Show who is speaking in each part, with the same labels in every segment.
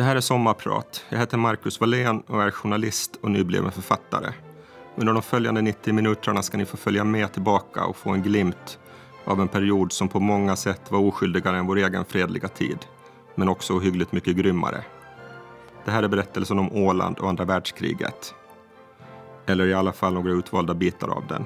Speaker 1: Det här är Sommarprat. Jag heter Marcus Wallén och är journalist och nybliven författare. Under de följande 90 minuterna ska ni få följa med tillbaka och få en glimt av en period som på många sätt var oskyldigare än vår egen fredliga tid, men också ohyggligt mycket grymmare. Det här är berättelsen om Åland och andra världskriget. Eller i alla fall några utvalda bitar av den.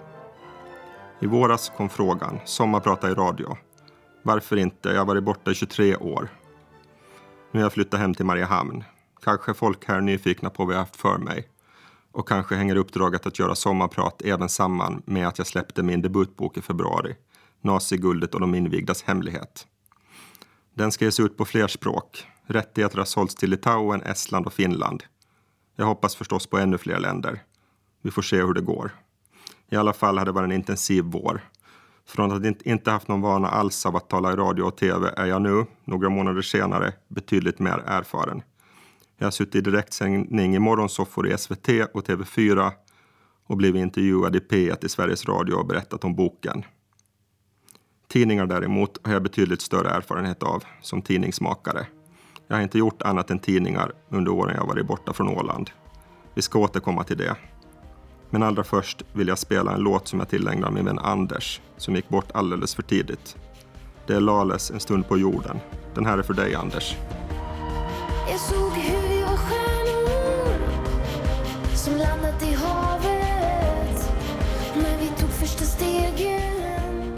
Speaker 1: I våras kom frågan, sommarprata i radio. Varför inte? Jag har varit borta i 23 år. Nu har jag flyttat hem till Mariehamn. Kanske folk här är nyfikna på vad jag haft för mig. Och kanske hänger uppdraget att göra sommarprat även samman med att jag släppte min debutbok i februari. Naziguldet och de invigdas hemlighet. Den ska ges ut på fler språk. Rättigheter har sålts till Litauen, Estland och Finland. Jag hoppas förstås på ännu fler länder. Vi får se hur det går. I alla fall hade det varit en intensiv vår. Från att inte haft någon vana alls av att tala i radio och tv är jag nu, några månader senare, betydligt mer erfaren. Jag har suttit i direktsändning i morgonsoffor i SVT och TV4 och blivit intervjuad i P1 i Sveriges Radio och berättat om boken. Tidningar däremot har jag betydligt större erfarenhet av som tidningsmakare. Jag har inte gjort annat än tidningar under åren jag varit borta från Åland. Vi ska återkomma till det. Men allra först vill jag spela en låt som jag tillägnar min vän Anders, som gick bort alldeles för tidigt. Det är Lales En stund på jorden. Den här är för dig, Anders.
Speaker 2: Jag såg hur vi var stjärnor som landat i havet när vi tog första stegen.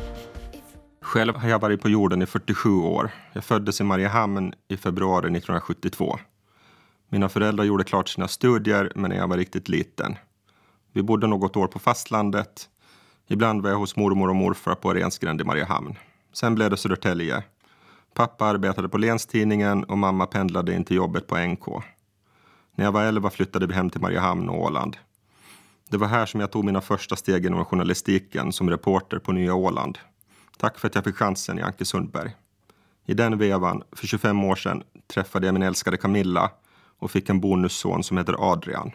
Speaker 1: Själv har jag varit på jorden i 47 år. Jag föddes i Mariehamn i februari 1972. Mina föräldrar gjorde klart sina studier, men när jag var riktigt liten. Vi bodde något år på fastlandet. Ibland var jag hos mormor och morfar på Rensgränd i Mariehamn. Sen blev det Södertälje. Pappa arbetade på Länstidningen och mamma pendlade in till jobbet på NK. När jag var 11 flyttade vi hem till Mariehamn och Åland. Det var här som jag tog mina första steg inom journalistiken som reporter på Nya Åland. Tack för att jag fick chansen, Janke Sundberg. I den vevan, för 25 år sedan, träffade jag min älskade Camilla och fick en bonusson som heter Adrian.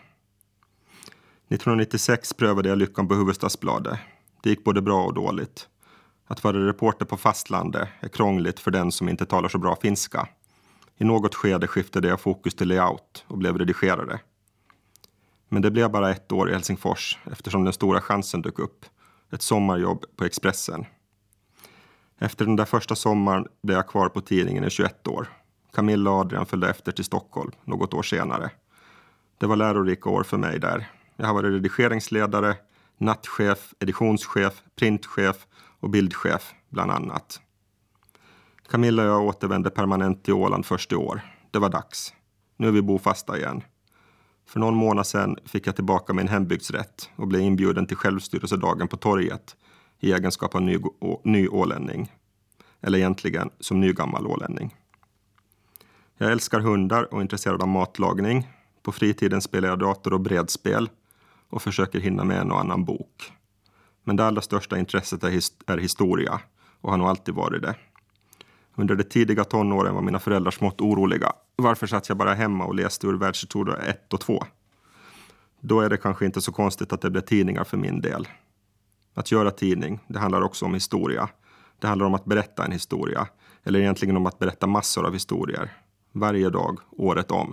Speaker 1: 1996 prövade jag lyckan på Hufvudstadsbladet. Det gick både bra och dåligt. Att vara reporter på fastlandet är krångligt för den som inte talar så bra finska. I något skede skiftade jag fokus till layout och blev redigerare. Men det blev bara 1 år i Helsingfors eftersom den stora chansen dök upp. Ett sommarjobb på Expressen. Efter den där första sommaren blev jag kvar på tidningen i 21 år. Camilla och Adrian följde efter till Stockholm något år senare. Det var lärorika år för mig där. Jag har varit redigeringsledare, nattchef, editionschef, printchef och bildchef bland annat. Camilla och jag återvände permanent till Åland först i år. Det var dags. Nu är vi bofasta igen. För någon månad sedan fick jag tillbaka min hembygdsrätt och blev inbjuden till självstyrelsedagen på torget i egenskap av ny ålänning. Eller egentligen som nygammal ålänning. Jag älskar hundar och är intresserad av matlagning. På fritiden spelar jag dator- och bredspel och försöker hinna med en och annan bok. Men det allra största intresset är historia och har nog alltid varit det. Under de tidiga tonåren var mina föräldrar smått oroliga. Varför satt jag bara hemma och läste ur världshistoria 1 och 2? Då är det kanske inte så konstigt att det blev tidningar för min del. Att göra tidning, det handlar också om historia. Det handlar om att berätta en historia. Eller egentligen om att berätta massor av historier. Varje dag, året om.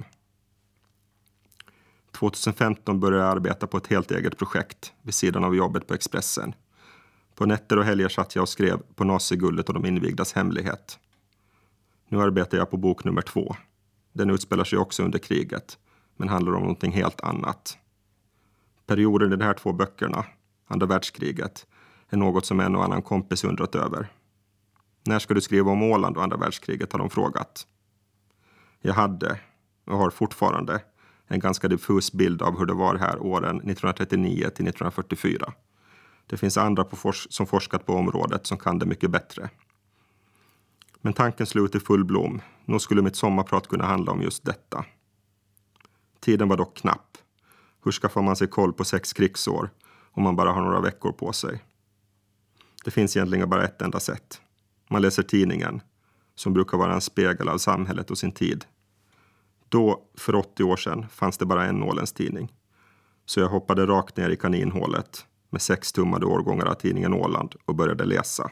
Speaker 1: 2015 började jag arbeta på ett helt eget projekt vid sidan av jobbet på Expressen. På nätter och helger satt jag och skrev på Naziguldet och de invigdas hemlighet. Nu arbetar jag på bok nummer 2. Den utspelar sig också under kriget, men handlar om någonting helt annat. Perioden i de här 2 böckerna, andra världskriget, är något som en och annan kompis undrat över. När ska du skriva om Åland och andra världskriget, har de frågat. Jag hade, och har fortfarande, en ganska diffus bild av hur det var här åren 1939 till 1944. Det finns andra som forskat på området som kan det mycket bättre. Men tanken slog ut i full blom. Nu skulle mitt sommarprat kunna handla om just detta. Tiden var dock knapp. Hur skaffar man sig koll på 6 krigsår om man bara har några veckor på sig? Det finns egentligen bara ett enda sätt. Man läser tidningen, som brukar vara en spegel av samhället och sin tid. Då, för 80 år sedan, fanns det bara en Ålandstidning. Så jag hoppade rakt ner i kaninhålet med 6-tummade årgångar av tidningen Åland och började läsa.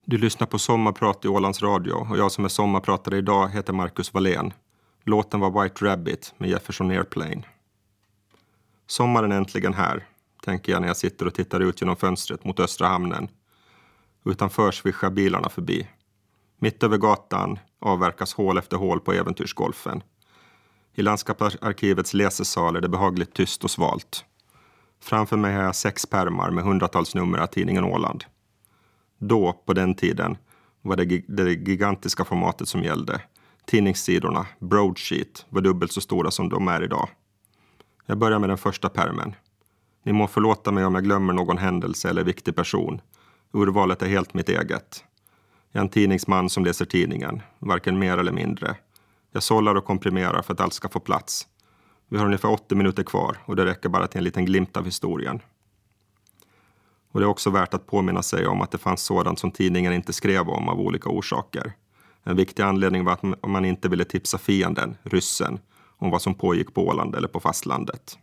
Speaker 1: Du lyssnar på Sommarprat i Ålands Radio och jag som är sommarpratare idag heter Marcus Wallén. Låten var White Rabbit med Jefferson Airplane. Sommaren är äntligen här, tänker jag när jag sitter och tittar ut genom fönstret mot Östra hamnen. Utanför svischar bilarna förbi. Mitt över gatan avverkas hål efter hål på äventyrsgolfen. I landskapsarkivets läsesal är det behagligt tyst och svalt. Framför mig har jag 6 pärmar med hundratals nummer av tidningen Åland. Då, på den tiden, var det gigantiska formatet som gällde. Tidningssidorna, broadsheet, var dubbelt så stora som de är idag. Jag börjar med den första pärmen. Ni må förlåta mig om jag glömmer någon händelse eller viktig person. Urvalet är helt mitt eget. Jag är en tidningsman som läser tidningen, varken mer eller mindre. Jag sållar och komprimerar för att allt ska få plats. Vi har ungefär 80 minuter kvar och det räcker bara till en liten glimt av historien. Och det är också värt att påminna sig om att det fanns sådant som tidningen inte skrev om av olika orsaker. En viktig anledning var att man inte ville tipsa fienden, ryssen, om vad som pågick på Åland eller på fastlandet.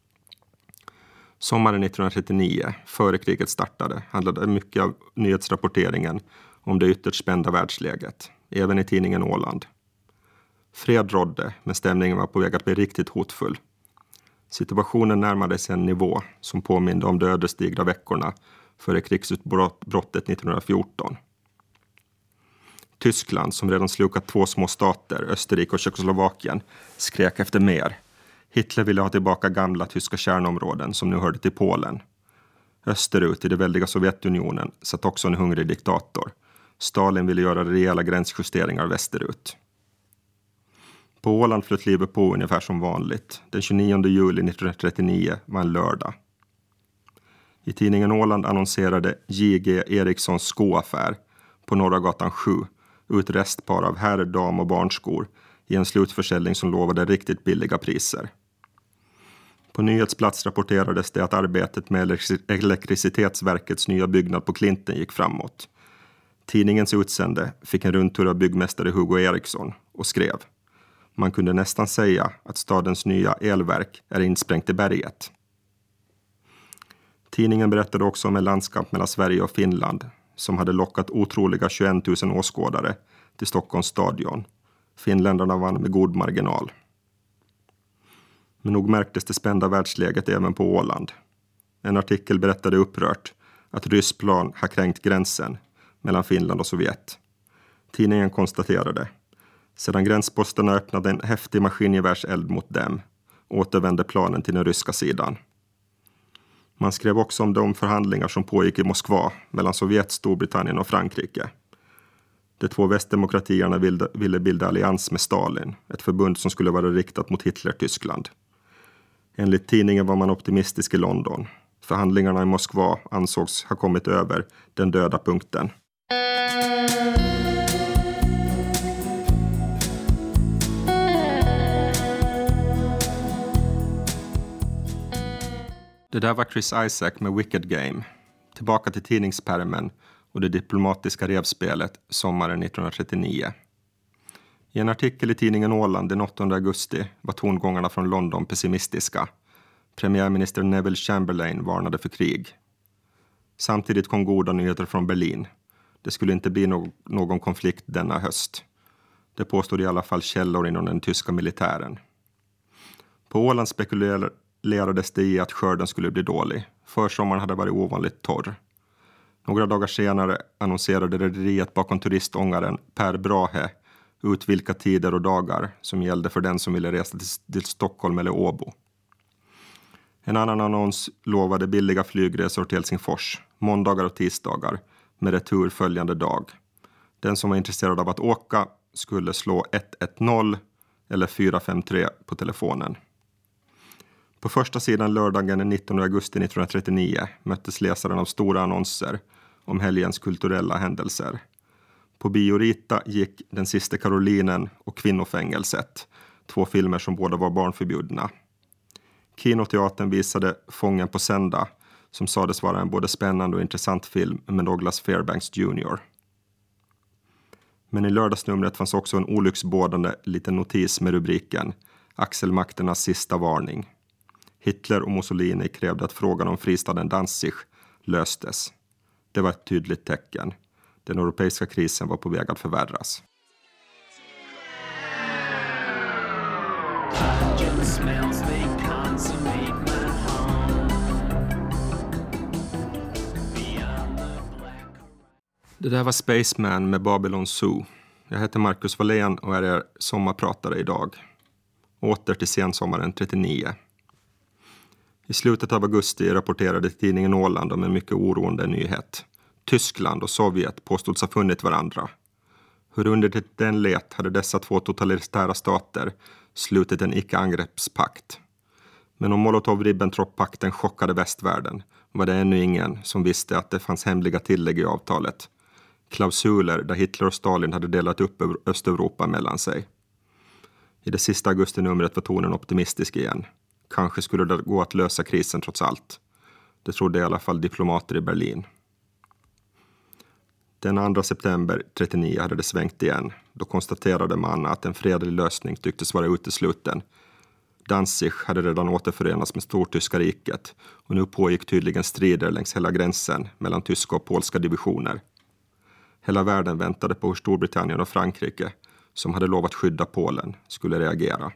Speaker 1: Sommaren 1939, före kriget startade, handlade mycket av nyhetsrapporteringen om det ytterst spända världsläget, även i tidningen Åland. Fred rådde, men stämningen var på väg att bli riktigt hotfull. Situationen närmade sig en nivå som påminde om de ödesdigra veckorna före krigsutbrottet 1914. Tyskland, som redan slukat 2 små stater, Österrike och Tjeckoslovakien, skrek efter mer. Hitler ville ha tillbaka gamla tyska kärnområden som nu hörde till Polen. Österut i det väldiga Sovjetunionen satt också en hungrig diktator. Stalin ville göra rejäla gränsjusteringar västerut. På Åland flöt livet på ungefär som vanligt. Den 29 juli 1939 var en lördag. I tidningen Åland annonserade J.G. Erikssons skoaffär på Norra gatan 7 ut restpar av herr-, dam- och barnskor i en slutförsäljning som lovade riktigt billiga priser. På nyhetsplats rapporterades det att arbetet med elektricitetsverkets nya byggnad på Klinten gick framåt. Tidningens utsände fick en rundtur av byggmästare Hugo Eriksson och skrev: man kunde nästan säga att stadens nya elverk är insprängt i berget. Tidningen berättade också om en landskamp mellan Sverige och Finland som hade lockat otroliga 21 000 åskådare till Stockholms stadion. Finländarna vann med god marginal. Men nog märktes det spända världsläget även på Åland. En artikel berättade upprört att Ryssland har kränkt gränsen mellan Finland och Sovjet. Tidningen konstaterade: sedan gränsposterna öppnade en häftig maskingevärseld mot dem återvände planen till den ryska sidan. Man skrev också om de förhandlingar som pågick i Moskva mellan Sovjet, Storbritannien och Frankrike. De 2 västdemokratierna ville bilda allians med Stalin, ett förbund som skulle vara riktat mot Hitler-Tyskland. Enligt tidningen var man optimistisk i London. Förhandlingarna i Moskva ansågs ha kommit över den döda punkten. Det där var Chris Isaak med Wicked Game. Tillbaka till tidningspärmen och det diplomatiska revspelet sommaren 1939. I en artikel i tidningen Åland den 8 augusti var tongångarna från London pessimistiska. Premiärminister Neville Chamberlain varnade för krig. Samtidigt kom goda nyheter från Berlin. Det skulle inte bli någon konflikt denna höst. Det påstod i alla fall källor inom den tyska militären. På Åland spekulerades det i att skörden skulle bli dålig. Försommaren hade varit ovanligt torr. Några dagar senare annonserade rederiet bakom turistångaren Per Brahe ut vilka tider och dagar som gällde för den som ville resa till Stockholm eller Åbo. En annan annons lovade billiga flygresor till Helsingfors, måndagar och tisdagar, med retur följande dag. Den som var intresserad av att åka skulle slå 110 eller 453 på telefonen. På första sidan lördagen den 19 augusti 1939 möttes läsaren av stora annonser om helgens kulturella händelser. På Biorita gick Den sista Karolinen och Kvinnofängelset, 2 filmer som båda var barnförbjudna. Kinoteatern visade Fången på sända, som sades vara en både spännande och intressant film med Douglas Fairbanks Jr. Men i lördagsnumret fanns också en olycksbådande liten notis med rubriken Axelmakternas sista varning. Hitler och Mussolini krävde att frågan om fristaden Danzig löstes. Det var ett tydligt tecken. Den europeiska krisen var på väg att förvärras. Det där var Spaceman med Babylon Zoo. Jag heter Marcus Wallén och är er sommarpratare idag. Åter till sensommaren 39. I slutet av augusti rapporterade tidningen Åland om en mycket oroande nyhet. Tyskland och Sovjet påstods ha funnit varandra. Hur under den let hade dessa två totalitära stater slutit en icke-angreppspakt. Men om Molotov-Ribbentrop-pakten chockade västvärlden var det ännu ingen som visste att det fanns hemliga tillägg i avtalet. Klausuler där Hitler och Stalin hade delat upp Östeuropa mellan sig. I det sista augustinumret var tonen optimistisk igen. Kanske skulle det gå att lösa krisen trots allt. Det trodde i alla fall diplomater i Berlin. Den 2 september 39 hade det svängt igen. Då konstaterade man att en fredlig lösning tycktes vara utesluten. Danzig hade redan återförenats med Stortyska riket och nu pågick tydligen strider längs hela gränsen mellan tyska och polska divisioner. Hela världen väntade på hur Storbritannien och Frankrike, som hade lovat skydda Polen, skulle reagera.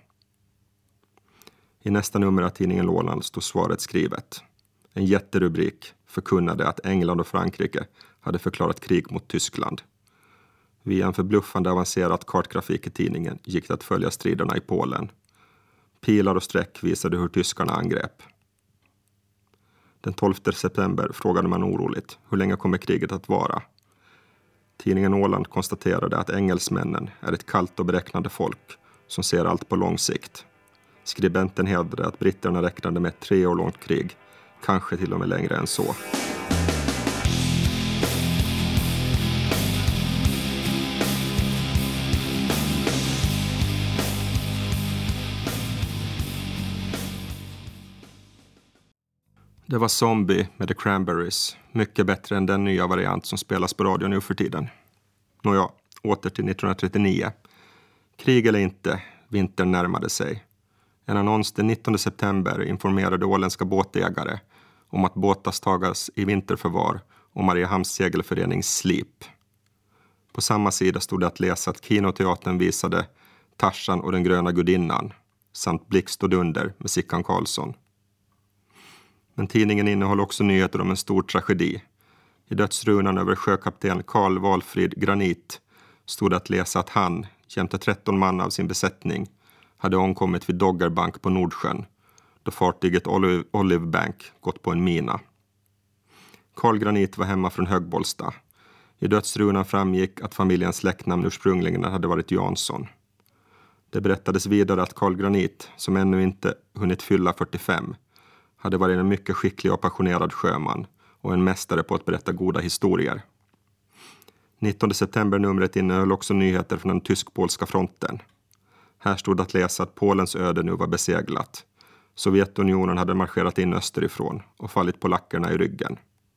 Speaker 1: I nästa nummer av tidningen Åland stod svaret skrivet. En jätterubrik förkunnade att England och Frankrike hade förklarat krig mot Tyskland. Via en förbluffande avancerad kartgrafik i tidningen gick det att följa striderna i Polen. Pilar och streck visade hur tyskarna angrep. Den 12 september frågade man oroligt, hur länge kommer kriget att vara? Tidningen Åland konstaterade att engelsmännen är ett kallt och beräknande folk som ser allt på lång sikt. Skribenten hävdade att britterna räknade med ett 3 år långt krig, kanske till och med längre än så. Det var Zombie med The Cranberries. Mycket bättre än den nya variant som spelas på radio nu för tiden. Nåja, åter till 1939. Krig eller inte, vintern närmade sig. En annons den 19 september informerade åländska båtägare om att båtar tagas i vinterförvar och Mariehamns segelförening Sleep. På samma sida stod det att läsa att Kinoteatern visade Tarzan och den gröna gudinnan samt Blixt och dunder med Sickan Karlsson. Men tidningen innehåller också nyheter om en stor tragedi. I dödsrunan över sjökapten Karl Walfrid Granit stod det att läsa att han, jämte 13 man av sin besättning, hade omkommit vid Doggerbank på Nordsjön, då fartyget Olive Bank gått på en mina. Karl Granit var hemma från Högbollsta. I dödsrunan framgick att familjens släktnamn ursprungligen hade varit Jansson. Det berättades vidare att Karl Granit, som ännu inte hunnit fylla 45, hade varit en mycket skicklig och passionerad sjöman och en mästare på att berätta goda historier. 19 september-numret innehöll också nyheter från den tysk-polska fronten. Här stod att läsa att Polens öde nu var beseglat. Sovjetunionen hade marscherat in österifrån och fallit polackerna i ryggen.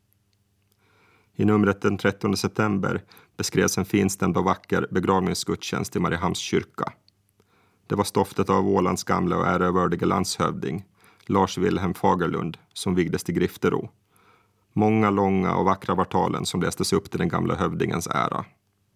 Speaker 1: I numret den 13 september beskrevs en finstämd och vacker begravningsgudstjänst i Mariehamns kyrka. Det var stoftet av Ålands gamla och ärevördige landshövding, Lars Wilhelm Fagerlund, som vigdes till Griftero. Många långa och vackra var talen som lästes upp till den gamla hövdingens ära.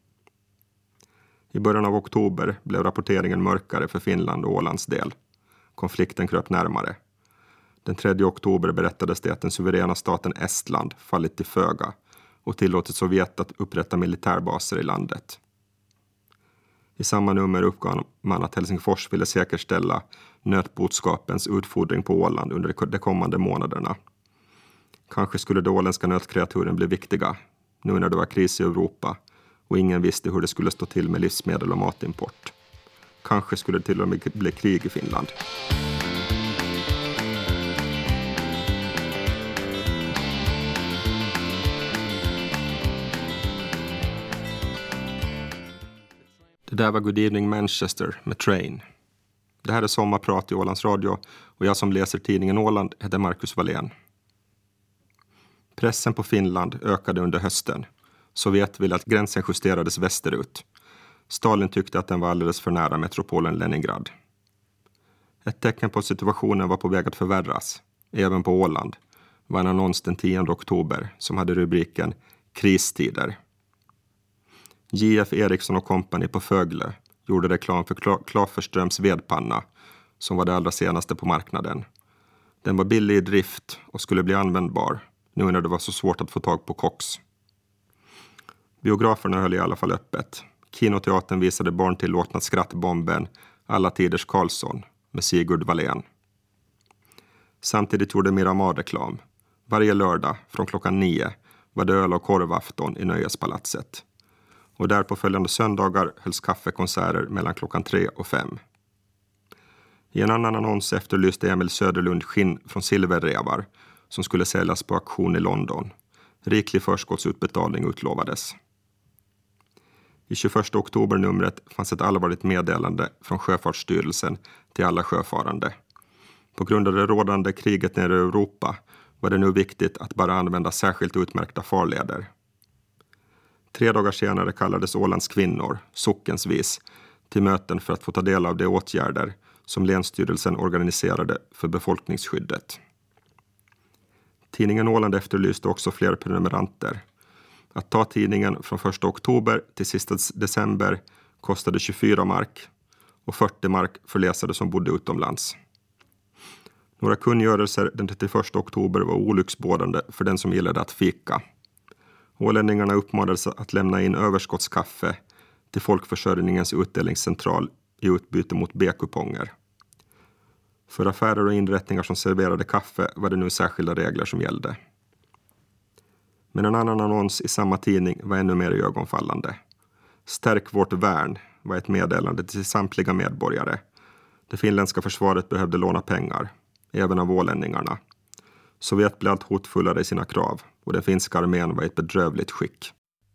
Speaker 1: I början av oktober blev rapporteringen mörkare för Finland och Ålands del. Konflikten kröp närmare. Den 3 oktober berättades det att den suveräna staten Estland fallit till föga och tillåtit Sovjet att upprätta militärbaser i landet. I samma nummer uppgav man att Helsingfors ville säkerställa nötboskapens utfodring på Åland under de kommande månaderna. Kanske skulle de åländska nötkreaturen bli viktiga, nu när det var kris i Europa och ingen visste hur det skulle stå till med livsmedel och matimport. Kanske skulle det till och med bli krig i Finland. Det där var Good Evening Manchester med Train. Det här är sommarprat i Ålands radio och jag som läser tidningen Åland heter Marcus Wallén. Pressen på Finland ökade under hösten. Sovjet ville att gränsen justerades västerut. Stalin tyckte att den var alldeles för nära metropolen Leningrad. Ett tecken på att situationen var på väg att förvärras, även på Åland, var en annons den 10 oktober som hade rubriken Kristider. J.F. Eriksson och kompani på Fögle gjorde reklam för Klafferströms vedpanna som var det allra senaste på marknaden. Den var billig i drift och skulle bli användbar nu när det var så svårt att få tag på koks. Biograferna höll i alla fall öppet. Kinoteatern visade barntillåtna skrattbomben Alla tiders Karlsson med Sigurd Wallén. Samtidigt gjorde Miramar reklam. Varje lördag från klockan 9 var det öl- och korvafton i Nöjespalatset. Och där på följande söndagar hölls kaffekonserter mellan klockan 3 och 5. I en annan annons efterlyste Emil Söderlund skinn från silverrevar som skulle säljas på auktion i London. Riklig förskottsutbetalning utlovades. I 21 oktober-numret fanns ett allvarligt meddelande från Sjöfartsstyrelsen till alla sjöfarande. På grund av det rådande kriget nere i Europa var det nu viktigt att bara använda särskilt utmärkta farleder. 3 dagar senare kallades Ålands kvinnor, sockensvis, till möten för att få ta del av de åtgärder som Länsstyrelsen organiserade för befolkningsskyddet. Tidningen Åland efterlyste också fler prenumeranter. Att ta tidningen från 1 oktober till sista december kostade 24 mark och 40 mark för läsare som bodde utomlands. Några kungörelser den 31 oktober var olycksbådande för den som gillade att fika. Ålänningarna uppmanades att lämna in överskottskaffe till Folkförsörjningens utdelningscentral i utbyte mot B-kuponger. För affärer och inrättningar som serverade kaffe var det nu särskilda regler som gällde. Men en annan annons i samma tidning var ännu mer ögonfallande. Stärk vårt värn var ett meddelande till samtliga medborgare. Det finländska försvaret behövde låna pengar, även av ålänningarna. Sovjet blev allt hotfullare i sina krav och den finska armén var i ett bedrövligt skick.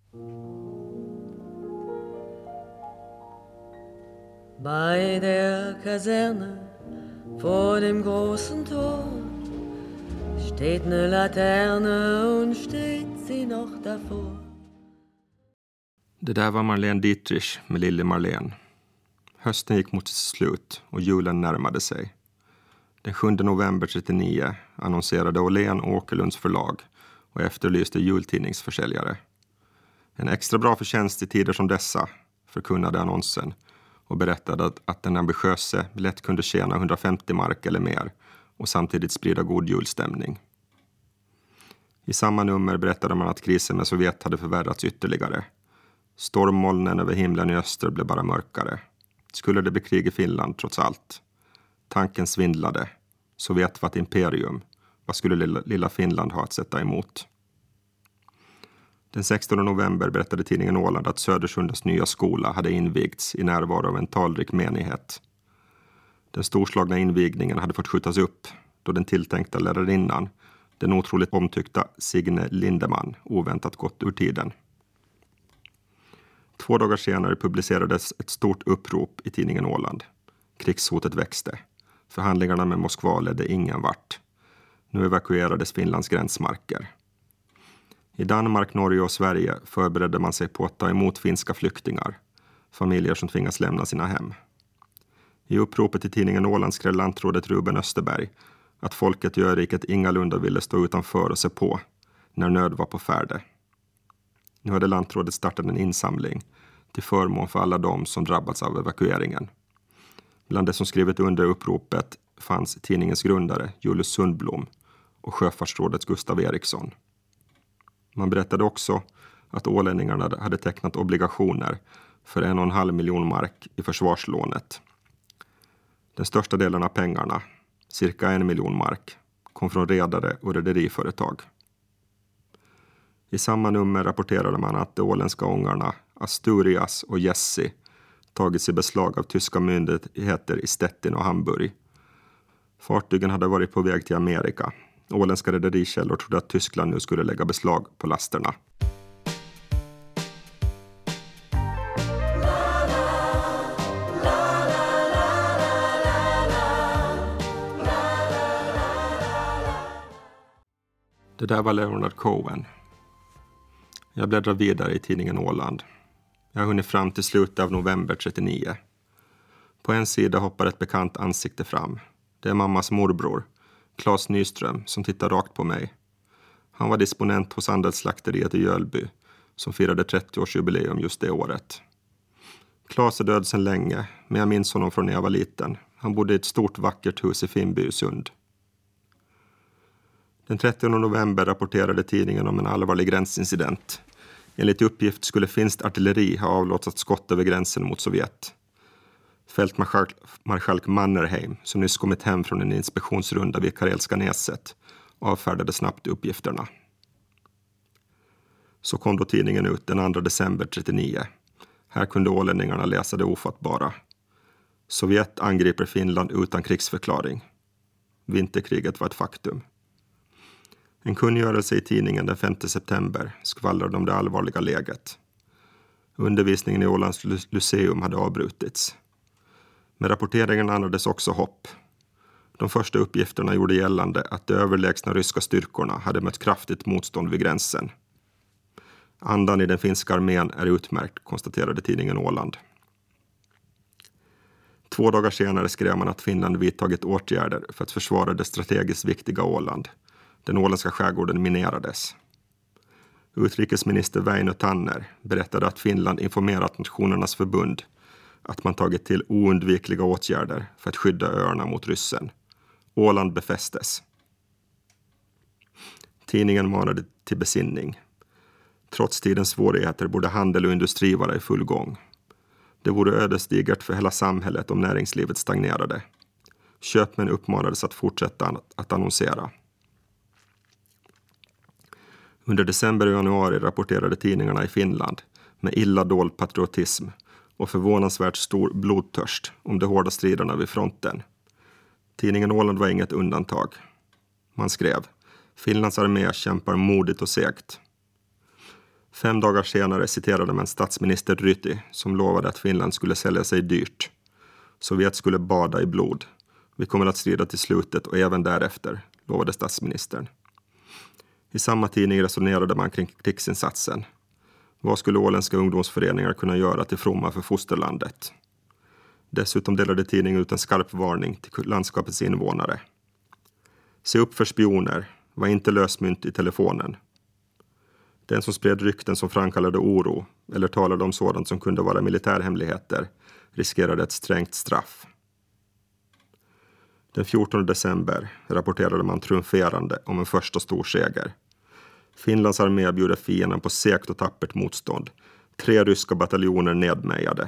Speaker 3: Bei der Kaserne vor dem großen Tor steht ne Laterne und steht sie noch davor.
Speaker 1: Det där var Marlene Dietrich med Lille Marlene. Hösten gick mot sitt slut och julen närmade sig. Den 7 november 1939 annonserade Åhlén Åkerlunds förlag och efterlyste jultidningsförsäljare. En extra bra förtjänst i tider som dessa, förkunnade annonsen och berättade att den ambitiöse lätt kunde tjäna 150 mark eller mer och samtidigt sprida god julstämning. I samma nummer berättade man att krisen med Sovjet hade förvärrats ytterligare. Stormmolnen över himlen i öster blev bara mörkare. Skulle det bli krig i Finland trots allt? Tanken svindlade. Sovjet var ett imperium. Vad skulle lilla Finland ha att sätta emot? Den 16 november berättade tidningen Åland att Södersundas nya skola hade invigts i närvaro av en talrik menighet. Den storslagna invigningen hade fått skjutas upp då den tilltänkta lärarinnan, den otroligt omtyckta Signe Lindeman, oväntat gått ur tiden. 2 dagar senare publicerades ett stort upprop i tidningen Åland. Krigshotet växte. Förhandlingarna med Moskva ledde ingen vart. Nu evakuerades Finlands gränsmarker. I Danmark, Norge och Sverige förberedde man sig på att ta emot finska flyktingar, familjer som tvingas lämna sina hem. I uppropet i tidningen Åland skrev lantrådet Ruben Österberg att folket i öriket ingalunda ville stå utanför och se på när nöd var på färde. Nu hade lantrådet startat en insamling till förmån för alla de som drabbats av evakueringen. Bland de som skrivit under uppropet fanns tidningens grundare Julius Sundblom och Sjöfartsrådets Gustav Eriksson. Man berättade också att ålänningarna hade tecknat obligationer för 1,5 miljon mark i försvarslånet. Den största delen av pengarna, cirka 1 miljon mark, kom från redare och rederiföretag. I samma nummer rapporterade man att de åländska ångarna Asturias och Jesse tagits i beslag av tyska myndigheter i Stettin och Hamburg. Fartygen hade varit på väg till Amerika. Åländska rederikällor trodde att Tyskland nu skulle lägga beslag på lasterna. Det där var Leonard Cohen. Jag bläddrar vidare i tidningen Åland. Jag har hunnit fram till slutet av november 1939. På en sida hoppar ett bekant ansikte fram. Det är mammas morbror, Claes Nyström, som tittar rakt på mig. Han var disponent hos andelsslakteriet i Jölby, som firade 30-årsjubileum just det året. Claes är död sedan länge, men jag minns honom från när jag var liten. Han bodde i ett stort vackert hus i Finnby-Sund. Den 30 november rapporterade tidningen om en allvarlig gränsincident. Enligt uppgift skulle finskt artilleri ha avlossat skott över gränsen mot Sovjet. Fältmarskalk Mannerheim, som nyss kommit hem från en inspektionsrunda vid Karelska näset, avfärdade snabbt uppgifterna. Så kom då tidningen ut den 2 december 1939. Här kunde ålänningarna läsa det ofattbara. Sovjet angriper Finland utan krigsförklaring. Vinterkriget var ett faktum. En kungörelse i tidningen den 5 september skvallrade om det allvarliga läget. Undervisningen i Ålands Lyceum hade avbrutits. Men rapporteringen andades också hopp. De första uppgifterna gjorde gällande att de överlägsna ryska styrkorna hade mött kraftigt motstånd vid gränsen. Andan i den finska armén är utmärkt, konstaterade tidningen Åland. 2 dagar senare skrev man att Finland vidtagit åtgärder för att försvara det strategiskt viktiga Åland. Den åländska skärgården minerades. Utrikesminister Väinö Tanner berättade att Finland informerat Nationernas förbund att man tagit till oundvikliga åtgärder för att skydda öarna mot ryssen. Åland befästes. Tidningen manade till besinning. Trots tidens svårigheter borde handel och industri vara i full gång. Det vore ödesdigert för hela samhället om näringslivet stagnerade. Köpmän uppmanades att fortsätta att annonsera. Under december och januari rapporterade tidningarna i Finland med illa dold patriotism och förvånansvärt stor blodtörst om de hårda striderna vid fronten. Tidningen Åland var inget undantag. Man skrev: Finlands armé kämpar modigt och segt. 5 dagar senare citerade man statsminister Ryti som lovade att Finland skulle sälja sig dyrt. Sovjet skulle bada i blod. Vi kommer att strida till slutet och även därefter, lovade statsministern. I samma tidning resonerade man kring krigsinsatsen. Vad skulle åländska ungdomsföreningar kunna göra till fromma för fosterlandet? Dessutom delade tidningen ut en skarp varning till landskapets invånare. Se upp för spioner, var inte lösmynt i telefonen. Den som spred rykten som framkallade oro eller talade om sådant som kunde vara militärhemligheter riskerade ett strängt straff. Den 14 december rapporterade man triumferande om en första stor seger. Finlands armé bjuder fienden på segt och tappert motstånd. 3 ryska bataljoner nedmejade.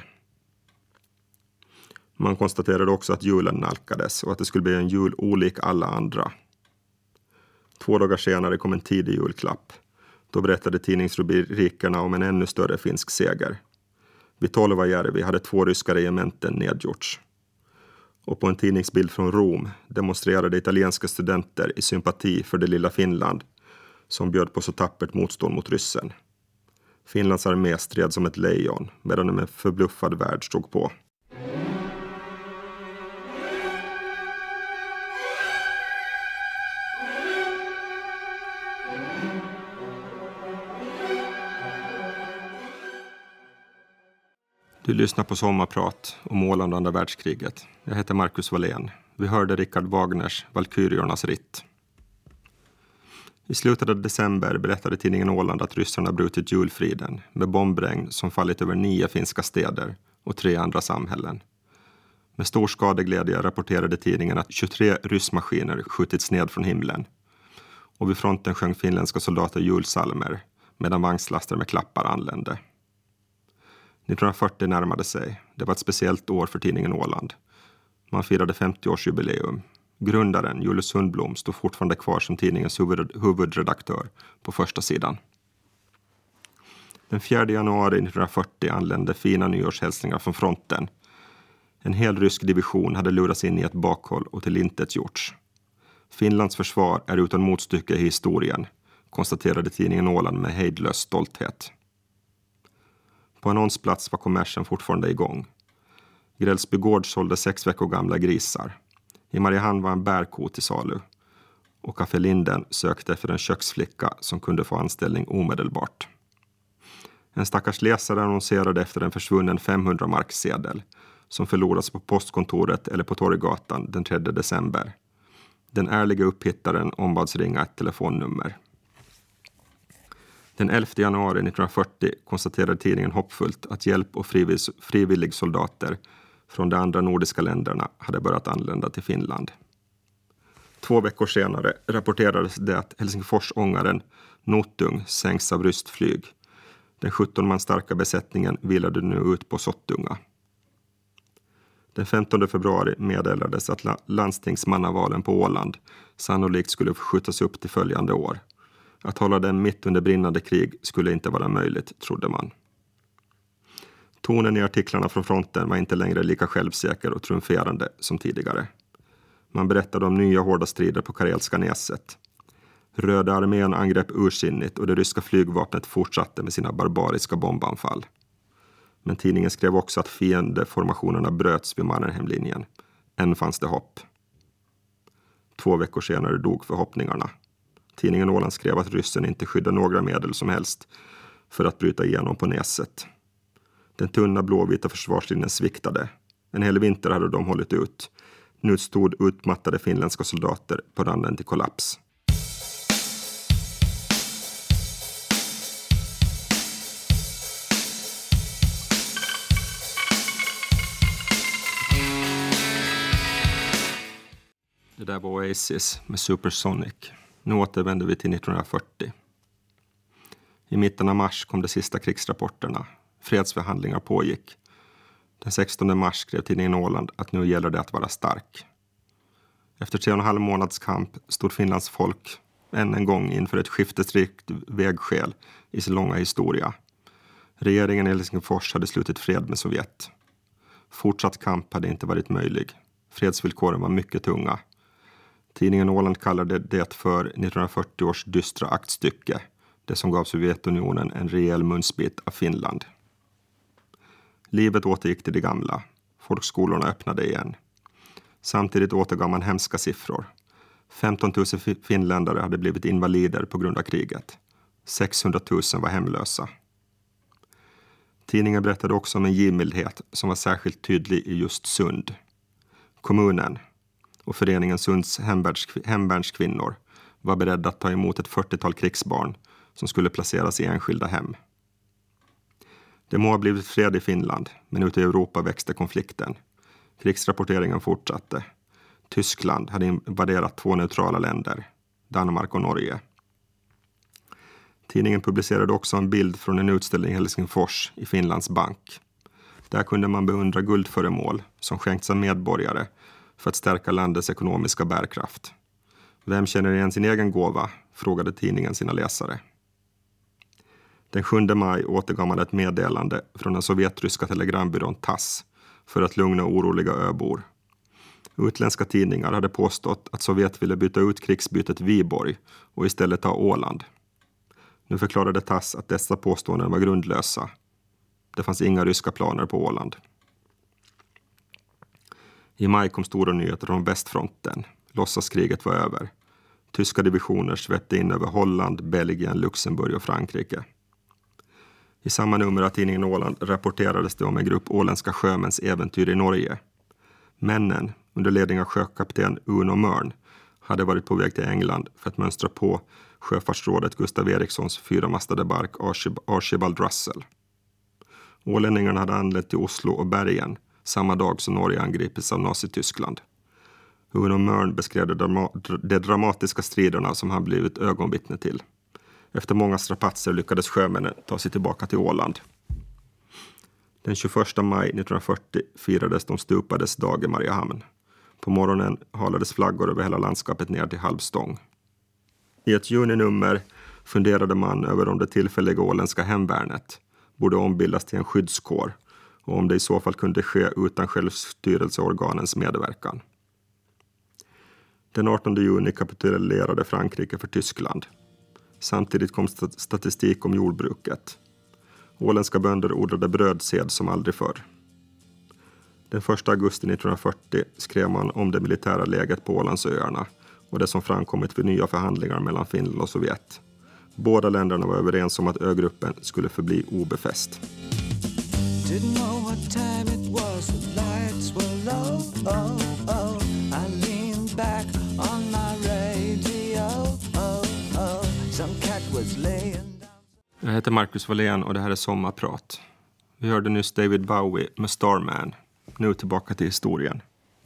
Speaker 1: Man konstaterade också att julen nalkades och att det skulle bli en jul olik alla andra. 2 dagar senare kom en tidig julklapp. Då berättade tidningsrubrikerna om en ännu större finsk seger. Vid Tolvajärvi hade 2 ryska regementen nedgjorts. Och på en tidningsbild från Rom demonstrerade italienska studenter i sympati för det lilla Finland som bjöd på så tappert motstånd mot ryssen. Finlands armé stred som ett lejon medan en förbluffad värld stod på. Du lyssnar på Sommarprat om Åland och andra världskriget. Jag heter Marcus Wallén. Vi hörde Richard Wagners Valkyriornas ritt. I slutet av december berättade tidningen Åland att ryssarna brutit julfriden med bombregn som fallit över 9 finska städer och 3 andra samhällen. Med stor skadeglädje rapporterade tidningen att 23 ryssmaskiner skjutits ned från himlen. Och vid fronten sjöng finländska soldater julsalmer medan vagnslaster med klappar anlände. 1940 närmade sig. Det var ett speciellt år för tidningen Åland. Man firade 50-årsjubileum. Grundaren, Julius Sundblom, stod fortfarande kvar som tidningens huvudredaktör på första sidan. Den 4 januari 1940 anlände fina nyårshälsningar från fronten. En hel rysk division hade lurats in i ett bakhåll och tillintetgjorts. Finlands försvar är utan motstycke i historien, konstaterade tidningen Åland med hejdlös stolthet. På annonsplats var kommersen fortfarande igång. Grälsby gård sålde 6 veckor gamla grisar. I Mariehamn var en bärko till salu. Och Café Linden sökte efter en köksflicka som kunde få anställning omedelbart. En stackars läsare annonserade efter en försvunnen 500-markssedel som förlorats på postkontoret eller på Torggatan den 3 december. Den ärliga upphittaren ombads ringa ett telefonnummer. Den 11 januari 1940 konstaterade tidningen hoppfullt att hjälp- och frivilligsoldater från de andra nordiska länderna hade börjat anlända till Finland. 2 veckor senare rapporterades det att Helsingforsångaren Notung sänks av ryskt flyg. Den 17 man starka besättningen vilade nu ut på Sottunga. Den 15 februari meddelades att landstingsmannavalen på Åland sannolikt skulle skjutas upp till följande år. Att hålla dem mitt under brinnande krig skulle inte vara möjligt, trodde man. Tonen i artiklarna från fronten var inte längre lika självsäker och triumferande som tidigare. Man berättade om nya hårda strider på Karelska näset. Röda armén angrep ursinnigt och det ryska flygvapnet fortsatte med sina barbariska bombanfall. Men tidningen skrev också att fiendeformationerna bröts vid Mannerheimlinjen. Än fanns det hopp. 2 veckor senare dog förhoppningarna. Tidningen Åland skrev att ryssen inte skyddade några medel som helst för att bryta igenom på näset. Den tunna blåvita försvarslinjen sviktade. En hel vinter hade de hållit ut. Nu stod utmattade finländska soldater på randen till kollaps. Det där var Oasis med Supersonic. Nu återvänder vi till 1940. I mitten av mars kom de sista krigsrapporterna. Fredsförhandlingar pågick. Den 16 mars skrev tidningen Åland att nu gäller det att vara stark. Efter 3,5 månads kamp stod Finlands folk än en gång inför ett skiftesrikt vägskäl i sin långa historia. Regeringen i Helsingfors hade slutit fred med Sovjet. Fortsatt kamp hade inte varit möjlig. Fredsvillkoren var mycket tunga. Tidningen Åland kallade det för 1940 års dystra aktstycke, det som gav Sovjetunionen en rejäl munsbit av Finland. Livet återgick till det gamla. Folkskolorna öppnade igen. Samtidigt återgav man hemska siffror. 15 000 finländare hade blivit invalider på grund av kriget. 600 000 var hemlösa. Tidningen berättade också om en givmildhet som var särskilt tydlig i just Sund. Kommunen och föreningen Sunds hemvärnskvinnor var beredda att ta emot ett 40-tal krigsbarn som skulle placeras i enskilda hem. Det må ha blivit fred i Finland, men ute i Europa växte konflikten. Krigsrapporteringen fortsatte. Tyskland hade invaderat 2 neutrala länder, Danmark och Norge. Tidningen publicerade också en bild från en utställning i Helsingfors i Finlands bank. Där kunde man beundra guldföremål som skänkts av medborgare för att stärka landets ekonomiska bärkraft. Vem känner igen sin egen gåva? Frågade tidningen sina läsare. Den 7 maj återgav man ett meddelande från den sovjetryska telegrambyrån TASS för att lugna oroliga öbor. Utländska tidningar hade påstått att Sovjet ville byta ut krigsbytet Viborg och istället ta Åland. Nu förklarade TASS att dessa påståenden var grundlösa. Det fanns inga ryska planer på Åland. I maj kom stora nyheter från västfronten. Låtsaskriget var över. Tyska divisioner svette in över Holland, Belgien, Luxemburg och Frankrike. I samma nummer av tidningen Åland rapporterades det om en grupp åländska sjömäns äventyr i Norge. Männen, under ledning av sjökapten Uno Mörn, hade varit på väg till England för att mönstra på sjöfartsrådet Gustav Erikssons 4-mastade bark Archibald Russell. Ålänningarna hade anlänt till Oslo och Bergen samma dag som Norge angripits av Nazityskland. Uno Mörn beskrev de dramatiska striderna som han blivit ögonvittne till. Efter många strapatser lyckades sjömännen ta sig tillbaka till Åland. Den 21 maj 1940 firades de stupades dag i Mariehamn. På morgonen halades flaggor över hela landskapet ner till halvstång. I ett juninummer funderade man över om det tillfälliga åländska hemvärnet borde ombildas till en skyddskår och om det i så fall kunde ske utan självstyrelseorganens medverkan. Den 18 juni kapitulerade Frankrike för Tyskland. Samtidigt kom statistik om jordbruket. Åländska bönder odlade brödsed som aldrig förr. Den 1 augusti 1940 skrev man om det militära läget på Ålandsöarna och det som framkommit vid nya förhandlingar mellan Finland och Sovjet. Båda länderna var överens om att ögruppen skulle förbli obefäst. Didn't know what time it was, the lights were low, oh, oh. I leaned back on my radio, oh, oh. Some cat was laying heter Marcus Wallén och det här är Sommarprat. Vi hörde nyss David Bowie med Starman. Nu tillbaka till historien.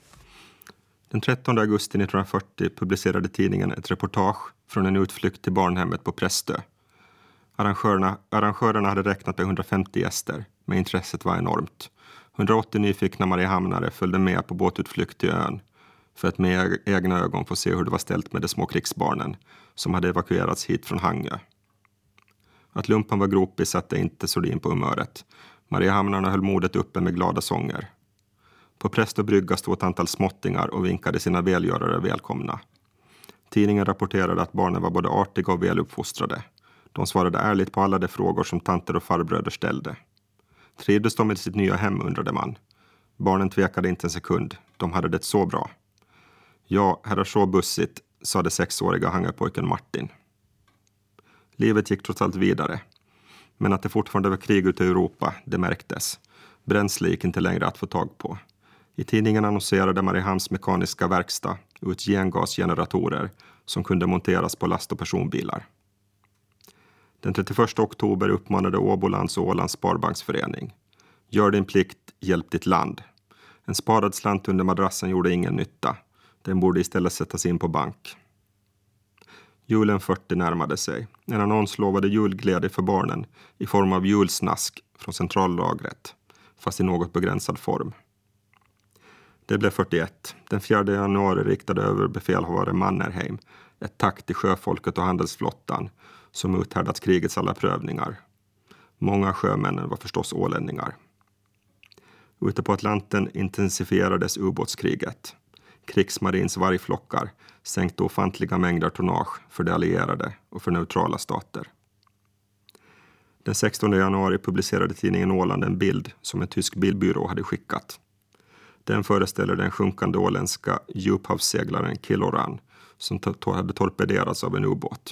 Speaker 1: Den 13 augusti 1940 publicerade tidningen ett reportage från en utflykt till barnhemmet på Prästö. Arrangörerna hade räknat med 150 gäster, men intresset var enormt. 180 nyfikna mariehamnare följde med på båtutflykt till ön för att med egna ögon få se hur det var ställt med de små krigsbarnen som hade evakuerats hit från Hangö. Att lumpan var gropig satte inte Sordin på humöret. Mariehamnarna höll modet uppe med glada sånger. På Prästö brygga stod ett antal småttingar och vinkade sina välgörare välkomna. Tidningen rapporterade att barnen var både artiga och väluppfostrade. De svarade ärligt på alla de frågor som tanter och farbröder ställde. Trivdes de med sitt nya hem, undrade man. Barnen tvekade inte en sekund. De hade det så bra. Ja, här är så bussigt, sa det 6-åriga Hangöpojken Martin. Livet gick trots allt vidare. Men att det fortfarande var krig ute i Europa, det märktes. Bränsle gick inte längre att få tag på. I tidningen annonserade Mariehamns mekaniska verkstad ut gengasgeneratorer som kunde monteras på last- och personbilar. Den 31 oktober uppmanade Åbolands och Ålands Sparbanksförening. Gör din plikt, hjälp ditt land. En sparad slant under madrassen gjorde ingen nytta. Den borde istället sättas in på bank. Julen 40 närmade sig. En annons lovade julglädje för barnen i form av julsnask från centrallagret, fast i något begränsad form. Det blev 41. Den 4 januari riktade överbefälhavare Mannerheim ett tack till sjöfolket och handelsflottan som uthärdats krigets alla prövningar. Många sjömännen var förstås ålänningar. Ute på Atlanten intensifierades ubåtskriget. Krigsmarins vargflockar sänkte ofantliga mängder tonnage för de allierade och för neutrala stater. Den 16 januari publicerade tidningen Åland en bild som en tysk bildbyrå hade skickat. Den föreställer den sjunkande åländska djuphavsseglaren Killoran som hade torpederats av en ubåt.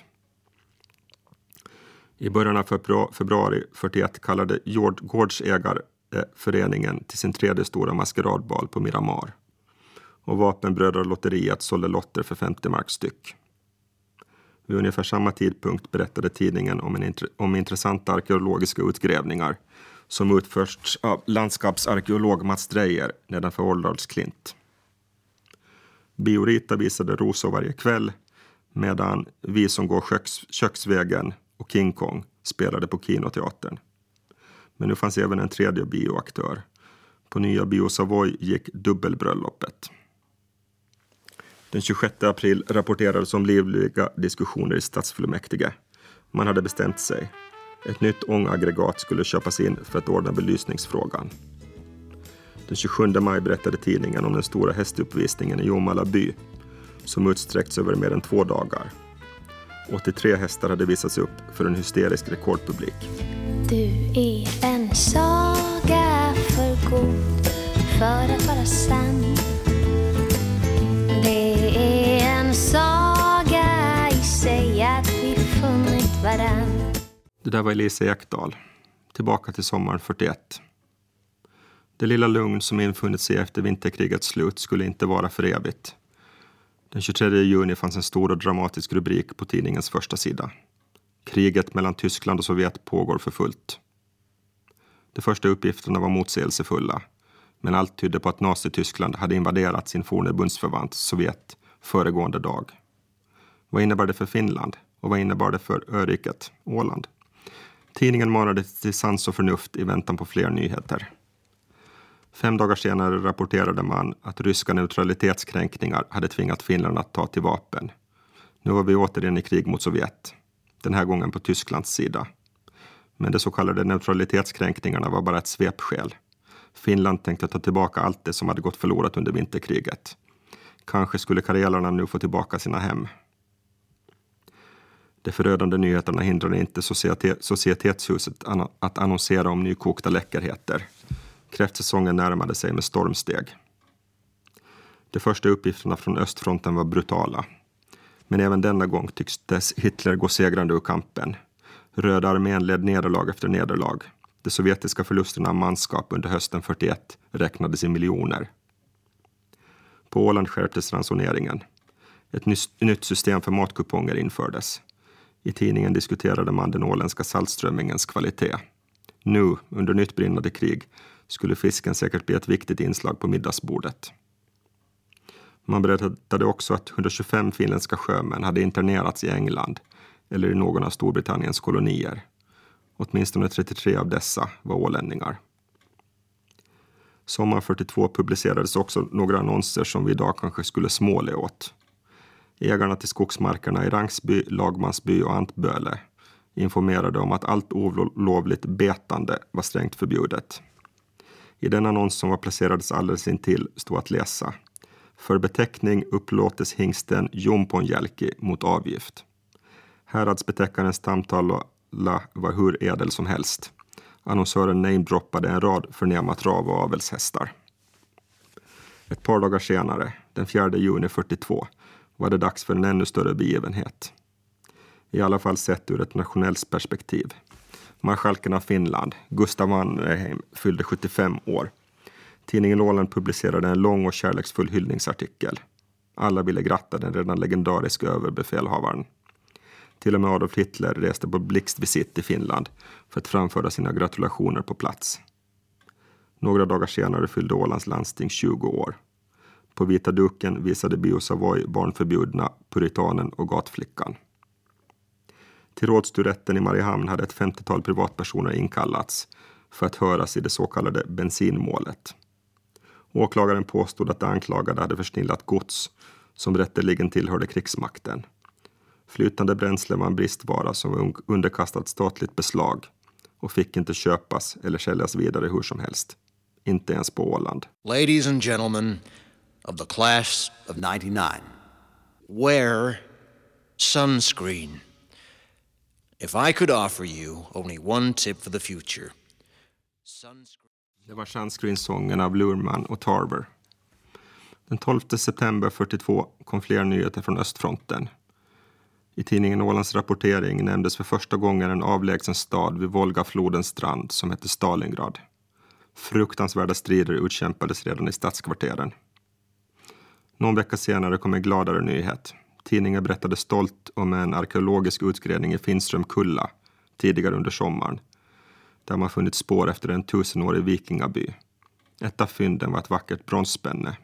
Speaker 1: I början av februari 41 kallade gårdsägarföreningen till sin 3:e stora maskeradbal på Miramar. Och vapenbrödralotteriet sålde lotter för 50 mark styck. Vid ungefär samma tidpunkt berättade tidningen om intressanta arkeologiska utgrävningar som utförts av landskapsarkeolog Mats Dreyer nedanför Åldalsklint. Biorita visade rosor varje kväll medan Vi som går köksvägen och King Kong spelade på Kinoteatern. Men nu fanns även en 3:e bioaktör. På nya Bio Savoy gick Dubbelbröllopet. Den 26 april rapporterades om livliga diskussioner i stadsfullmäktige. Man hade bestämt sig. Ett nytt ångaggregat skulle köpas in för att ordna belysningsfrågan. Den 27 maj berättade tidningen om den stora hästuppvisningen i Jomala by som utsträckts över mer än 2 dagar. 83 hästar hade visats upp för en hysterisk rekordpublik.
Speaker 2: Du är en saga för god för att vara sann. Det är en saga i sig att vi funnit varann.
Speaker 1: Det där var Elisa Ekdahl. Tillbaka till sommaren 41. Det lilla lugn som infunnit sig efter vinterkrigets slut skulle inte vara för evigt. Den 23 juni fanns en stor och dramatisk rubrik på tidningens första sida. Kriget mellan Tyskland och Sovjet pågår för fullt. De första uppgifterna var motsägelsefulla, men allt tydde på att Nazi-Tyskland hade invaderat sin forne bundsförvant Sovjet föregående dag. Vad innebar det för Finland och vad innebar det för öriket, Åland? Tidningen manade till sans och förnuft i väntan på fler nyheter. 5 dagar senare rapporterade man att ryska neutralitetskränkningar hade tvingat Finland att ta till vapen. Nu var vi återigen i krig mot Sovjet, den här gången på Tysklands sida. Men de så kallade neutralitetskränkningarna var bara ett svepskäl. Finland tänkte ta tillbaka allt det som hade gått förlorat under vinterkriget. Kanske skulle karelerna nu få tillbaka sina hem. De förödande nyheterna hindrade inte Societetshuset att annonsera om nykokta läckerheter. Kräftsäsongen närmade sig med stormsteg. De första uppgifterna från östfronten var brutala. Men även denna gång tycktes Hitler gå segrande ur kampen. Röda armén led nederlag efter nederlag. De sovjetiska förlusterna av manskap under hösten 41 räknades i miljoner. På Åland skärptes ransoneringen. Ett nytt system för matkuponger infördes. I tidningen diskuterade man den åländska saltströmmingens kvalitet. Nu, under nytt brinnande krig, skulle fisken säkert bli ett viktigt inslag på middagsbordet. Man berättade också att 125 finländska sjömän hade internerats i England eller i någon av Storbritanniens kolonier. Åtminstone 33 av dessa var ålänningar. Sommar 42 publicerades också några annonser som vi idag kanske skulle småle åt. Ägarna till skogsmarkerna i Rangsby, Lagmansby och Antböle informerade om att allt olovligt betande var strängt förbjudet. I den annons som var placerades alldeles intill stod att läsa: för beteckning upplåtes hingsten Jomponjälki mot avgift. Häradsbetäckarens stamtala var hur ädel som helst. Annonsören namedroppade en rad förnäma trav- och avelshästar. Ett par dagar senare, den 4 juni 42, var det dags för en ännu större begivenhet. I alla fall sett ur ett nationellt perspektiv. Marskalken av Finland, Gustav Mannerheim, fyllde 75 år. Tidningen Åland publicerade en lång och kärleksfull hyllningsartikel. Alla ville gratta den redan legendariska överbefälhavaren. Till och med Adolf Hitler reste på blixtvisit till Finland för att framföra sina gratulationer på plats. Några dagar senare fyllde Ålands landsting 20 år. På vita duken visade Bio Savoy barnförbjudna Puritanen och gatflickan. Till rådstyrrätten i Mariehamn hade ett 50-tal privatpersoner inkallats för att höras i det så kallade bensinmålet. Åklagaren påstod att de anklagade hade försnillat gods som rätteligen tillhörde krigsmakten. Flytande bränsle var en bristvara som var underkastat statligt beslag och fick inte köpas eller säljas vidare hur som helst. Inte ens på Åland.
Speaker 4: Ladies and gentlemen of the class of 99, wear sunscreen. If I could offer you only one tip for the future.
Speaker 1: Det var sunscreen-sången av Lurman och Tarver. Den 12 september 42 kom fler nyheter från östfronten. I tidningen Ålands rapportering nämndes för första gången en avlägsen stad vid Volgaflodens strand som hette Stalingrad. Fruktansvärda strider utkämpades redan i stadskvarteren. Någon vecka senare kom en gladare nyhet. Tidningen berättade stolt om en arkeologisk utgrävning i Finström Kulla tidigare under sommaren, där man funnit spår efter en 1000-årig vikingaby. Ett av fynden var ett vackert bronsspänne.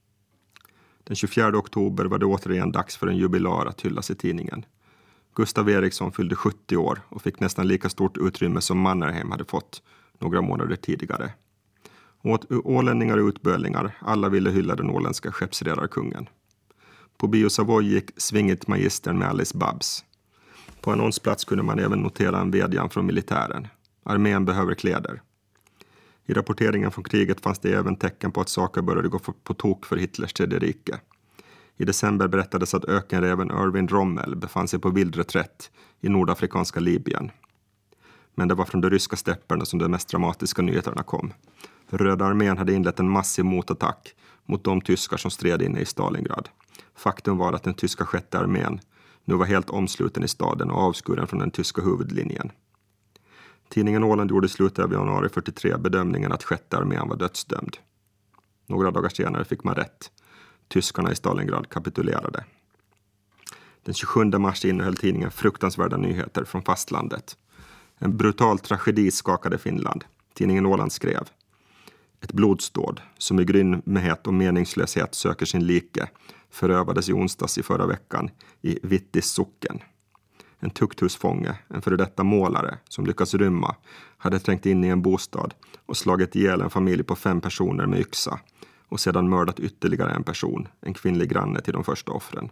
Speaker 1: Den 24 oktober var det återigen dags för en jubilar att hyllas i tidningen. Gustav Eriksson fyllde 70 år och fick nästan lika stort utrymme som Mannerheim hade fått några månader tidigare. Ålänningar och utbölingar, alla ville hylla den åländska skeppsredarkungen. På Bio Savoy gick svingigt magistern med Alice Babs. På annonsplats kunde man även notera en vädjan från militären. Armén behöver kläder. I rapporteringen från kriget fanns det även tecken på att saker började gå på tok för Hitlers tredje rike. I december berättades att ökenräven Erwin Rommel befann sig på vild reträtt i nordafrikanska Libyen. Men det var från de ryska stäpperna som de mest dramatiska nyheterna kom. Röda armén hade inlett en massiv motattack mot de tyskar som stred inne i Stalingrad. Faktum var att den tyska sjätte armén nu var helt omsluten i staden och avskuren från den tyska huvudlinjen. Tidningen Åland gjorde i slutet av januari 43 bedömningen att sjätte armén var dödsdömd. Några dagar senare fick man rätt. Tyskarna i Stalingrad kapitulerade. Den 27 mars innehöll tidningen fruktansvärda nyheter från fastlandet. En brutal tragedi skakade Finland. Tidningen Åland skrev: ett blodsdåd som i grymhet och meningslöshet söker sin like förövades i onsdags i förra veckan i Vittis socken. En tukthusfånge, en före detta målare som lyckats rymma, hade trängt in i en bostad och slagit ihjäl en familj på 5 personer med yxa och sedan mördat ytterligare en person, en kvinnlig granne till de första offren.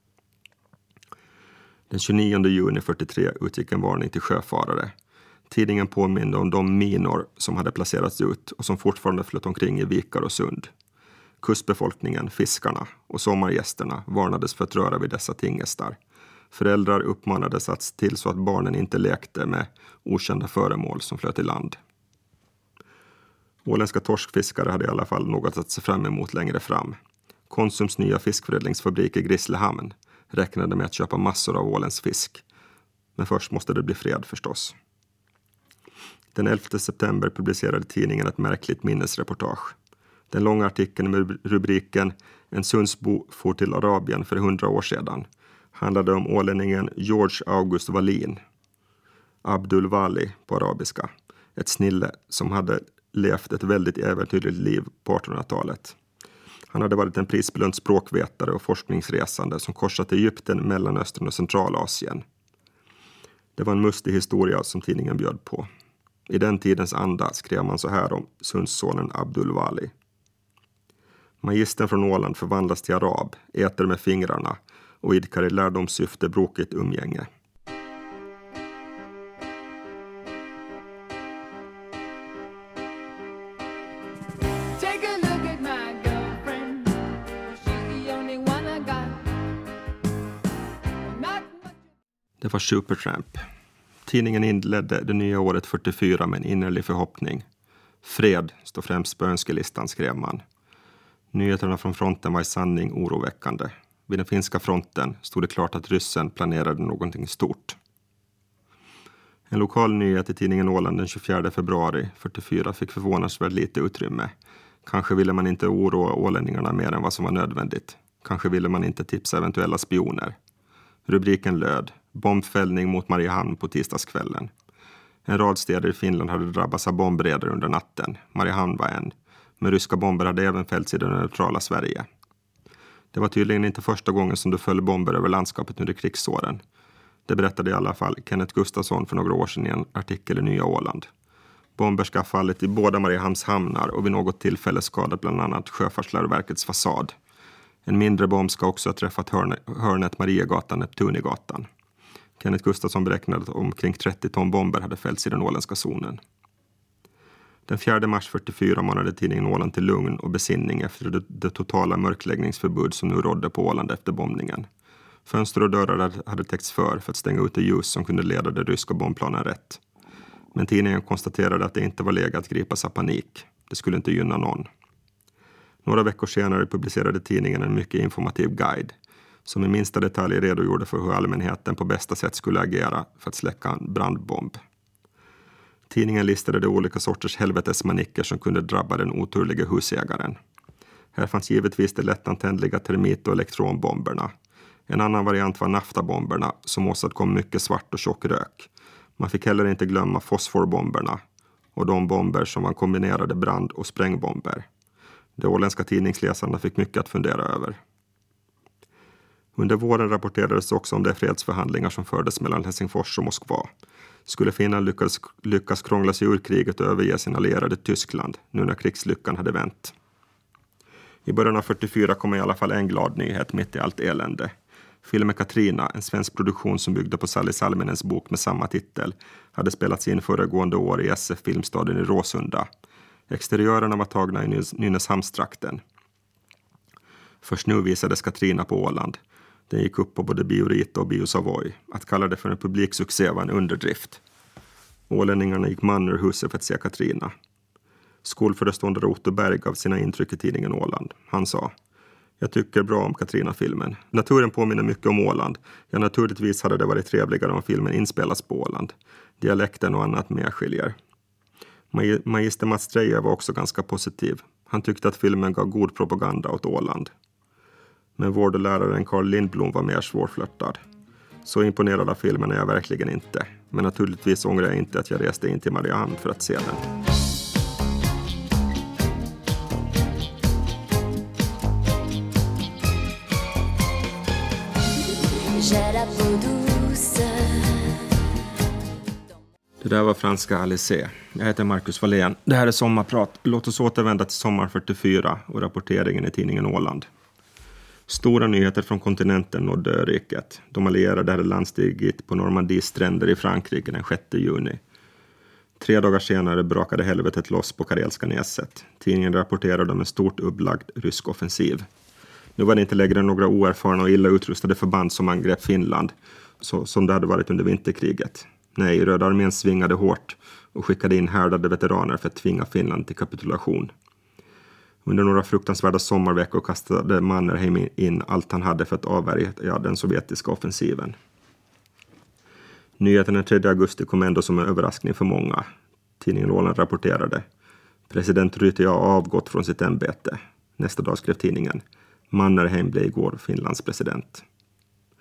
Speaker 1: Den 29 juni 43 utgick en varning till sjöfarare. Tidningen påminde om de minor som hade placerats ut och som fortfarande flöt omkring i vikar och sund. Kustbefolkningen, fiskarna och sommargästerna varnades för att röra vid dessa tingestar. Föräldrar uppmanades att se till så att barnen inte lekte med okända föremål som flöt i land. Åländska torskfiskare hade i alla fall något att se fram emot längre fram. Konsums nya fiskförädlingsfabrik i Grisslehamn räknade med att köpa massor av Åländsk fisk. Men först måste det bli fred förstås. Den 11 september publicerade tidningen ett märkligt minnesreportage. Den långa artikeln med rubriken "En Sundsbo for till Arabien för 100 år sedan" handlade om ålänningen George August Wallin, Abdul Wali på arabiska, ett snille som hade levt ett väldigt äventyrligt liv på 1800-talet. Han hade varit en prisbelönt språkvetare och forskningsresande som korsat Egypten, Mellanöstern och Centralasien. Det var en mustig historia som tidningen bjöd på. I den tidens anda skrev man så här om Sundssonen Abdul Wali. Magistern från Åland förvandlas till arab, äter med fingrarna och idkar i lärdomssyfte brokigt umgänge. Det var Supertramp. Tidningen inledde det nya året 44 med en innerlig förhoppning. Fred står främst på önskelistan, skrev man. Nyheterna från fronten var i sanning oroväckande. Vid den finska fronten stod det klart att ryssen planerade någonting stort. En lokal nyhet i tidningen Åland den 24 februari 44 fick förvånansvärt lite utrymme. Kanske ville man inte oroa ålänningarna mer än vad som var nödvändigt. Kanske ville man inte tipsa eventuella spioner. Rubriken löd: bombfällning mot Mariehamn på tisdagskvällen. En rad städer i Finland hade drabbats av bombräder under natten. Mariehamn var en. Men ryska bomber hade även fällts i det neutrala Sverige. Det var tydligen inte första gången som det föll bomber över landskapet under krigsåren. Det berättade i alla fall Kenneth Gustafsson för några år sedan i en artikel i Nya Åland. Bomber ska ha fallit i båda Mariehamns hamnar och vid något tillfälle skadat bland annat Sjöfartsläroverkets fasad. En mindre bomb ska också ha träffat hörnet Mariegatan-Neptunigatan. Kenneth Gustafsson beräknade att omkring 30 ton bomber hade fällts i den åländska zonen. Den 4 mars 44 manade tidningen Åland till lugn och besinning efter det totala mörkläggningsförbud som nu rådde på Åland efter bombningen. Fönster och dörrar hade täckts för att stänga ut det ljus som kunde leda de ryska bombplanen rätt. Men tidningen konstaterade att det inte var läge att gripas av panik. Det skulle inte gynna någon. Några veckor senare publicerade tidningen en mycket informativ guide som i minsta detalj redogjorde för hur allmänheten på bästa sätt skulle agera för att släcka en brandbomb. Tidningen listade de olika sorters helvetesmanicker som kunde drabba den oturliga husägaren. Här fanns givetvis de lättantändliga termit- och elektronbomberna. En annan variant var naftabomberna som åstadkom mycket svart och tjock rök. Man fick heller inte glömma fosforbomberna och de bomber som var kombinerade brand- och sprängbomber. De åländska tidningsläsarna fick mycket att fundera över. Under våren rapporterades också om de fredsförhandlingar som fördes mellan Helsingfors och Moskva. Skulle Finland lyckas krångla sig ur kriget och överge sin allierade Tyskland nu när krigslyckan hade vänt. I början av 44 kom i alla fall en glad nyhet mitt i allt elände. Filmen Katrina, en svensk produktion som byggde på Sally Salminens bok med samma titel, hade spelats in föregående år i SF Filmstaden i Råsunda. Exteriörerna var tagna i Nynäshamnstrakten. Först nu visades Katrina på Åland. Den gick upp på både Biorita och Bio Savoy. Att kalla det för en publiksuccé var en underdrift. Ålänningarna gick man ur huset för att se Katrina. Skolföreståndare Otto Berg gav sina intryck i tidningen Åland. Han sa: jag tycker bra om Katrina-filmen. Naturen påminner mycket om Åland. Ja, naturligtvis hade det varit trevligare om filmen inspelas på Åland. Dialekten och annat medskiljer. Magister Mats Streijer var också ganska positiv. Han tyckte att filmen gav god propaganda åt Åland. Men vård- och läraren Carl Lindblom var mer svårflörtad. Så imponerad av filmen är jag verkligen inte. Men naturligtvis ångrar jag inte att jag reste in till Mariehamn för att se den. Det där var franska Alice. Jag heter Marcus Wallén. Det här är Sommarprat. Låt oss återvända till sommar 44 och rapporteringen i tidningen Åland. Stora nyheter från kontinenten nådde öriket. De allierade hade landstigit på Normandies stränder i Frankrike den 6 juni. 3 dagar senare brakade helvetet loss på Karelska näset. Tidningen rapporterade om en stort upplagd rysk offensiv. Nu var det inte längre några oerfarna och illa utrustade förband som angrep Finland, som det hade varit under vinterkriget. Nej, Röda armén svingade hårt och skickade in härdade veteraner för att tvinga Finland till kapitulation. Under några fruktansvärda sommarveckor kastade Mannerheim in allt han hade för att avvärja den sovjetiska offensiven. Nyheten den 3 augusti kom ändå som en överraskning för många. Tidningen Åland rapporterade: president Ryti har avgått från sitt ämbete. Nästa dag skrev tidningen: Mannerheim blev igår Finlands president.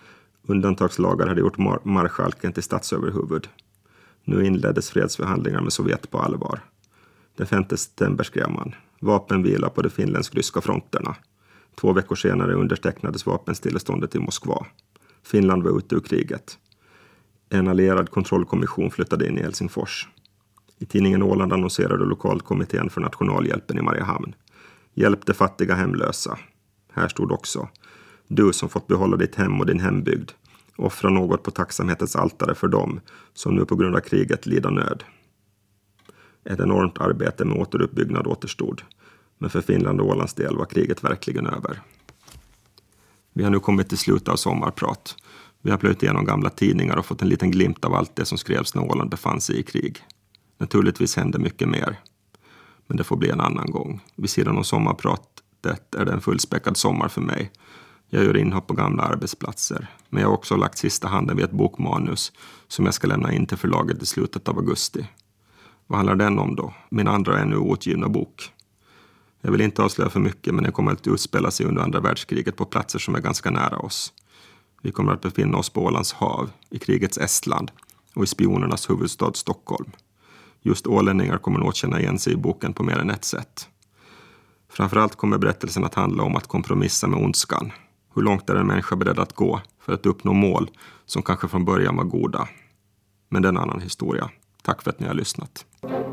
Speaker 1: Undantagslagar hade gjort marskalken till statsöverhuvud. Nu inleddes fredsförhandlingar med Sovjet på allvar. Den 5 september skrev man vapenvila på de finländsk-ryska fronterna. 2 veckor senare undertecknades vapenstilleståndet i Moskva. Finland var ute ur kriget. En allierad kontrollkommission flyttade in i Helsingfors. I tidningen Åland annonserade lokalkommittén för nationalhjälpen i Mariehamn. Hjälp de fattiga hemlösa. Här stod också: du som fått behålla ditt hem och din hembygd. Offra något på tacksamhetens altare för dem som nu på grund av kriget lider nöd. Ett enormt arbete med återuppbyggnad återstod. Men för Finland och Ålands del var kriget verkligen över. Vi har nu kommit till slutet av sommarprat. Vi har plöjt igenom gamla tidningar och fått en liten glimt av allt det som skrevs när Åland befann sig i krig. Naturligtvis hände mycket mer. Men det får bli en annan gång. Vid sidan av sommarpratet är det en fullspäckad sommar för mig. Jag gör inhopp på gamla arbetsplatser. Men jag har också lagt sista handen vid ett bokmanus som jag ska lämna in till förlaget i slutet av augusti. Vad handlar den om då? Min andra ännu outgivna bok. Jag vill inte avslöja för mycket, men den kommer att utspela sig under andra världskriget på platser som är ganska nära oss. Vi kommer att befinna oss på Ålands hav, i krigets Estland och i spionernas huvudstad Stockholm. Just ålänningar kommer nog att känna igen sig i boken på mer än ett sätt. Framförallt kommer berättelsen att handla om att kompromissa med ondskan. Hur långt är en människa beredd att gå för att uppnå mål som kanske från början var goda? Men det är en annan historia. Tack för att ni har lyssnat.